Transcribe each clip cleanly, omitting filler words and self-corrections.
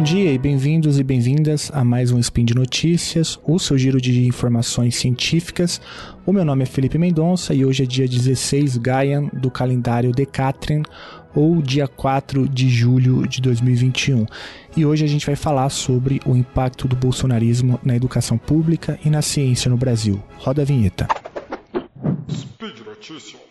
dia e bem-vindos e bem-vindas a mais um Spin de Notícias, o seu giro de informações científicas. O meu nome é Felipe Mendonça e hoje é dia 16 Gaian do calendário Decatrian, ou dia 4 de julho de 2021. E hoje a gente vai falar sobre o impacto do bolsonarismo na educação pública e na ciência no Brasil. Roda a vinheta. Speed Notícias.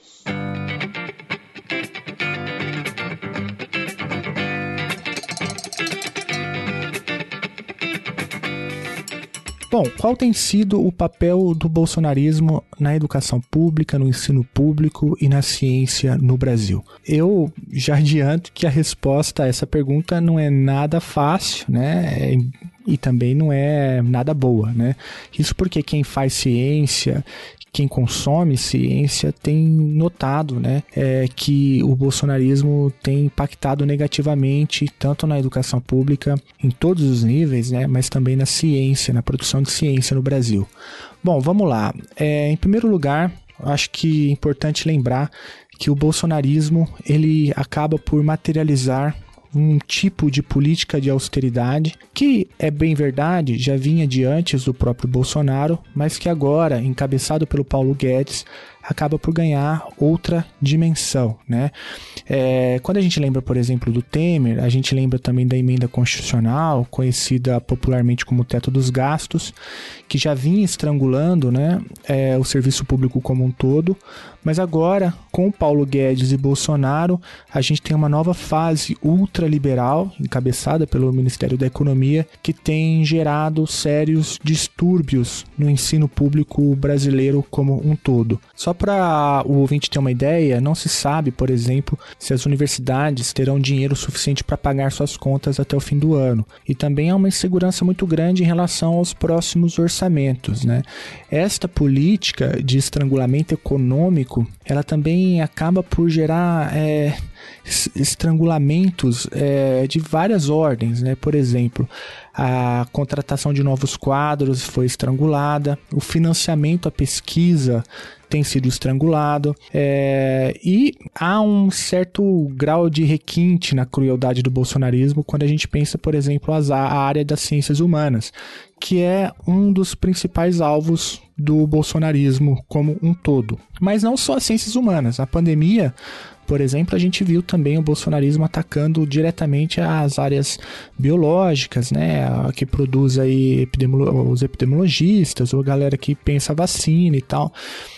Bom, qual tem sido o papel do bolsonarismo na educação pública, no ensino público e na ciência no Brasil? Eu já adianto que a resposta a essa pergunta não é nada fácil, né? E também não é nada boa, né? Isso porque quem faz ciência, quem consome ciência tem notado, né, que o bolsonarismo tem impactado negativamente tanto na educação pública em todos os níveis, né, mas também na ciência, na produção de ciência no Brasil. Bom, vamos lá. Em primeiro lugar, acho que é importante lembrar que o bolsonarismo ele acaba por materializar um tipo de política de austeridade que, é bem verdade, já vinha de antes do próprio Bolsonaro, mas que agora, encabeçado pelo Paulo Guedes, acaba por ganhar outra dimensão, né? Quando a gente lembra, por exemplo, do Temer, a gente lembra também da emenda constitucional, conhecida popularmente como teto dos gastos, que já vinha estrangulando, né, o serviço público como um todo, mas agora, com Paulo Guedes e Bolsonaro, a gente tem uma nova fase ultraliberal, encabeçada pelo Ministério da Economia, que tem gerado sérios distúrbios no ensino público brasileiro como um todo. Só para o ouvinte ter uma ideia, não se sabe, por exemplo, se as universidades terão dinheiro suficiente para pagar suas contas até o fim do ano. E também há uma insegurança muito grande em relação aos próximos orçamentos, né? Esta política de estrangulamento econômico, ela também acaba por gerar estrangulamentos de várias ordens, né? Por exemplo, a contratação de novos quadros foi estrangulada, o financiamento à pesquisa tem sido estrangulado, e há um certo grau de requinte na crueldade do bolsonarismo quando a gente pensa, por exemplo, a área das ciências humanas, que é um dos principais alvos do bolsonarismo como um todo. Mas não só as ciências humanas. A pandemia, por exemplo, a gente viu também o bolsonarismo atacando diretamente as áreas biológicas, né, que produz aí os epidemiologistas, ou a galera que pensa vacina e tal.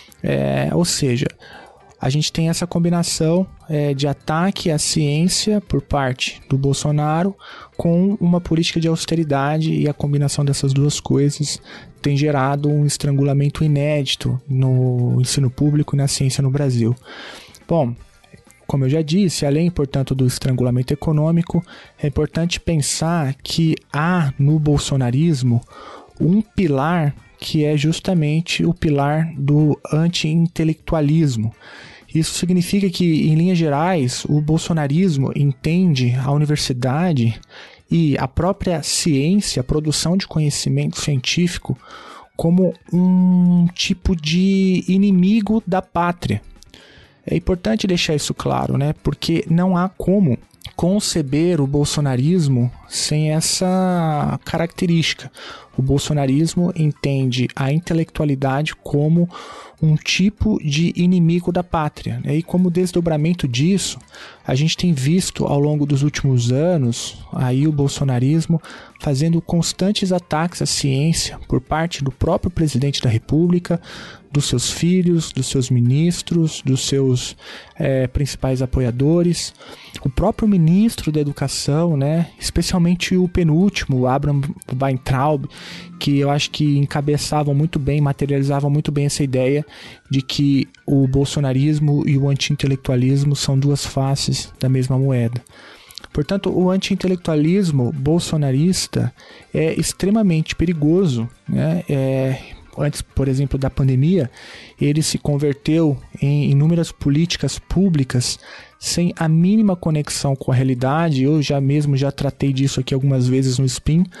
Ou seja, a gente tem essa combinação de ataque à ciência por parte do Bolsonaro com uma política de austeridade, e a combinação dessas duas coisas tem gerado um estrangulamento inédito no ensino público e na ciência no Brasil. Bom, como eu já disse, além, portanto, do estrangulamento econômico, é importante pensar que há no bolsonarismo um pilar que é justamente o pilar do anti-intelectualismo. Isso significa que, em linhas gerais, o bolsonarismo entende a universidade e a própria ciência, a produção de conhecimento científico, como um tipo de inimigo da pátria. É importante deixar isso claro, né? Porque não há como conceber o bolsonarismo sem essa característica. O bolsonarismo entende a intelectualidade como um tipo de inimigo da pátria, né? E como desdobramento disso, a gente tem visto ao longo dos últimos anos aí o bolsonarismo fazendo constantes ataques à ciência por parte do próprio presidente da República, dos seus filhos, dos seus ministros, dos seus principais apoiadores, o próprio ministro da Educação, né? Especialmente o penúltimo, o Abraham Weintraub, que eu acho que encabeçavam muito bem, materializavam muito bem essa ideia de que o bolsonarismo e o anti-intelectualismo são duas faces da mesma moeda. Portanto, o anti-intelectualismo bolsonarista é extremamente perigoso, né? Antes, por exemplo, da pandemia, ele se converteu em inúmeras políticas públicas sem a mínima conexão com a realidade. Eu já tratei disso aqui algumas vezes no Spin.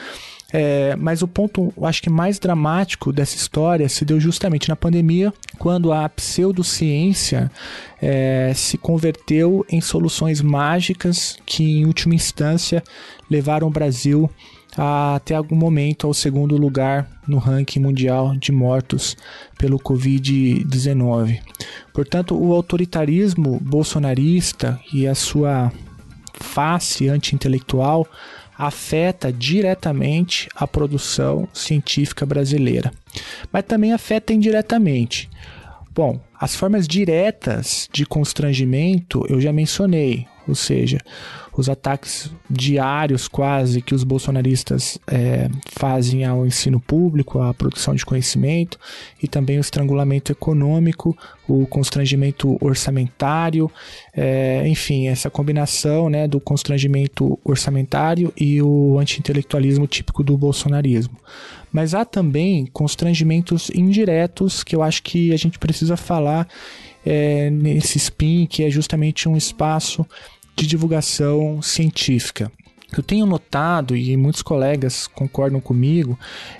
Mas o ponto, acho que mais dramático dessa história se deu justamente na pandemia, quando a pseudociência se converteu em soluções mágicas que, em última instância, levaram o Brasil até algum momento ao segundo lugar no ranking mundial de mortos pelo Covid-19. Portanto, o autoritarismo bolsonarista e a sua face anti-intelectual afeta diretamente a produção científica brasileira, mas também afeta indiretamente. Bom, as formas diretas de constrangimento eu já mencionei, ou seja, os ataques diários quase que os bolsonaristas fazem ao ensino público, à produção de conhecimento, e também o estrangulamento econômico, o constrangimento orçamentário, enfim, essa combinação, né, do constrangimento orçamentário e o anti-intelectualismo típico do bolsonarismo. Mas há também constrangimentos indiretos que eu acho que a gente precisa falar nesse SPIN, que é justamente um espaço de divulgação científica. Eu tenho notado, e muitos colegas concordam comigo,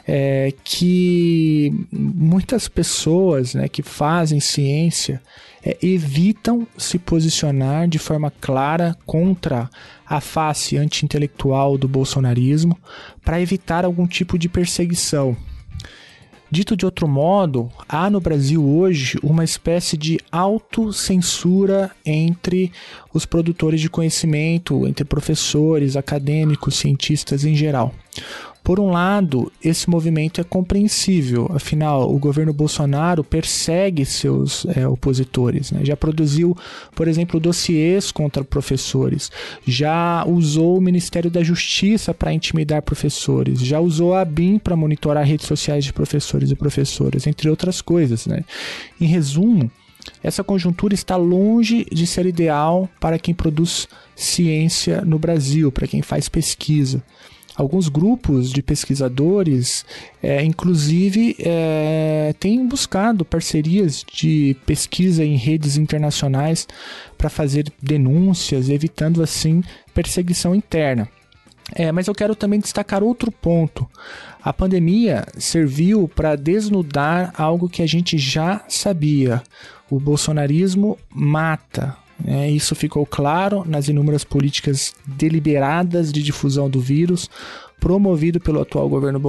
que muitas pessoas, né, que fazem ciência evitam se posicionar de forma clara contra a face anti-intelectual do bolsonarismo para evitar algum tipo de perseguição. Dito de outro modo, há no Brasil hoje uma espécie de autocensura entre os produtores de conhecimento, entre professores, acadêmicos, cientistas em geral. Por um lado, esse movimento é compreensível, afinal, o governo Bolsonaro persegue seus opositores, né? Já produziu, por exemplo, dossiês contra professores, já usou o Ministério da Justiça para intimidar professores, já usou a ABIN para monitorar redes sociais de professores e professoras, entre outras coisas, né? Em resumo, essa conjuntura está longe de ser ideal para quem produz ciência no Brasil, para quem faz pesquisa. Alguns grupos de pesquisadores, inclusive, têm buscado parcerias de pesquisa em redes internacionais para fazer denúncias, evitando assim perseguição interna. Mas eu quero também destacar outro ponto. A pandemia serviu para desnudar algo que a gente já sabia. O bolsonarismo mata. Isso ficou claro nas inúmeras políticas deliberadas de difusão do vírus, promovido pelo atual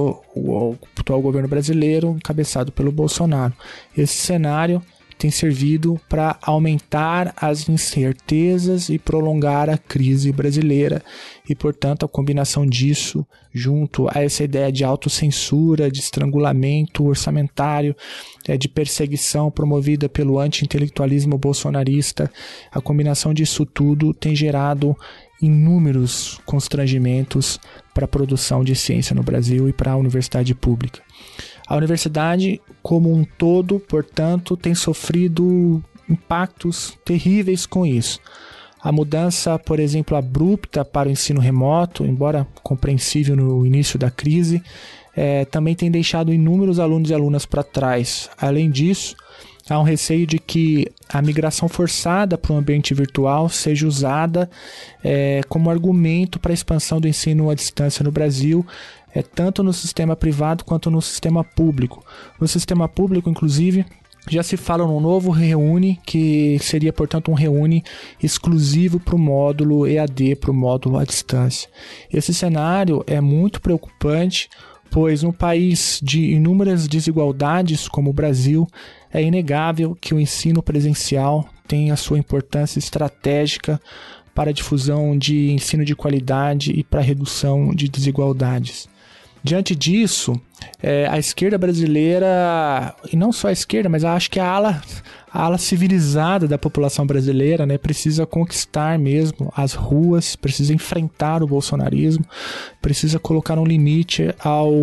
governo brasileiro, encabeçado pelo Bolsonaro. Esse cenário tem servido para aumentar as incertezas e prolongar a crise brasileira. E, portanto, a combinação disso, junto a essa ideia de autocensura, de estrangulamento orçamentário, de perseguição promovida pelo anti-intelectualismo bolsonarista, a combinação disso tudo tem gerado inúmeros constrangimentos para a produção de ciência no Brasil e para a universidade pública. A universidade, como um todo, portanto, tem sofrido impactos terríveis com isso. A mudança, por exemplo, abrupta para o ensino remoto, embora compreensível no início da crise, também tem deixado inúmeros alunos e alunas para trás. Além disso, há um receio de que a migração forçada para o ambiente virtual seja usada como argumento para a expansão do ensino à distância no Brasil, tanto no sistema privado quanto no sistema público. No sistema público, inclusive, já se fala num novo Reúne, que seria, portanto, um Reúne exclusivo para o módulo EAD, para o módulo à distância. Esse cenário é muito preocupante, pois no país de inúmeras desigualdades como o Brasil, é inegável que o ensino presencial tem a sua importância estratégica para a difusão de ensino de qualidade e para a redução de desigualdades. Diante disso, a esquerda brasileira, e não só a esquerda, mas acho que a ala civilizada da população brasileira, né, precisa conquistar mesmo as ruas, precisa enfrentar o bolsonarismo, precisa colocar um limite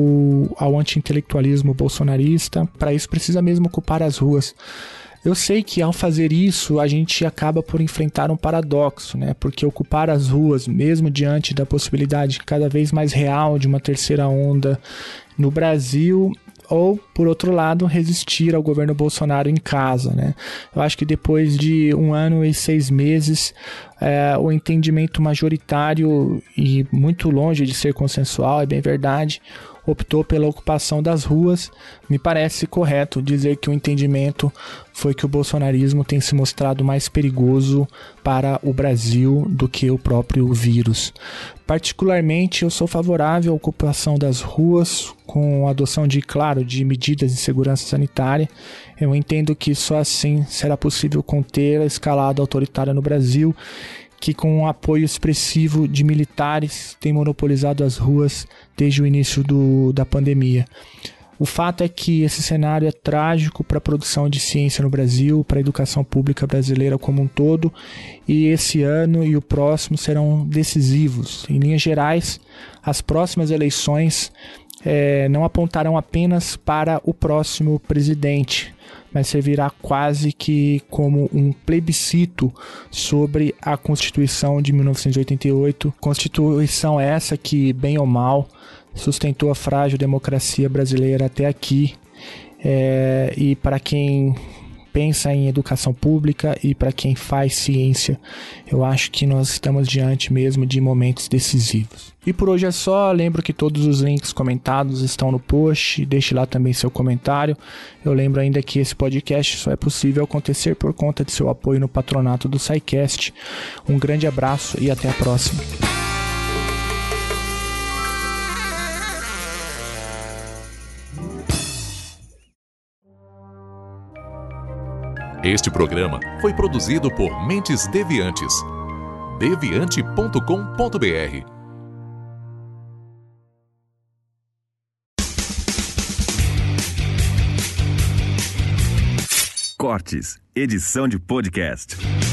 ao anti-intelectualismo bolsonarista. Para isso precisa mesmo ocupar as ruas. Eu sei que ao fazer isso a gente acaba por enfrentar um paradoxo, né? Porque ocupar as ruas, mesmo diante da possibilidade cada vez mais real de uma terceira onda no Brasil, ou, por outro lado, resistir ao governo Bolsonaro em casa, né? Eu acho que depois de 1 ano e 6 meses, o entendimento majoritário e muito longe de ser consensual, é bem verdade, optou pela ocupação das ruas. Me parece correto dizer que o entendimento foi que o bolsonarismo tem se mostrado mais perigoso para o Brasil do que o próprio vírus. Particularmente, eu sou favorável à ocupação das ruas com a adoção de medidas de segurança sanitária. Eu entendo que só assim será possível conter a escalada autoritária no Brasil, que com um apoio expressivo de militares tem monopolizado as ruas desde o início da pandemia. O fato é que esse cenário é trágico para a produção de ciência no Brasil, para a educação pública brasileira como um todo, e esse ano e o próximo serão decisivos. Em linhas gerais, as próximas eleições não apontarão apenas para o próximo presidente, mas servirá quase que como um plebiscito sobre a Constituição de 1988. Constituição essa que, bem ou mal, sustentou a frágil democracia brasileira até aqui. E para quem pensa em educação pública e para quem faz ciência, eu acho que nós estamos diante mesmo de momentos decisivos. E por hoje é só. Lembro que todos os links comentados estão no post, deixe lá também seu comentário. Eu lembro ainda que esse podcast só é possível acontecer por conta de seu apoio no patronato do SciCast. Um grande abraço e até a próxima. Este programa foi produzido por Mentes Deviantes. deviante.com.br. Cortes, edição de podcast.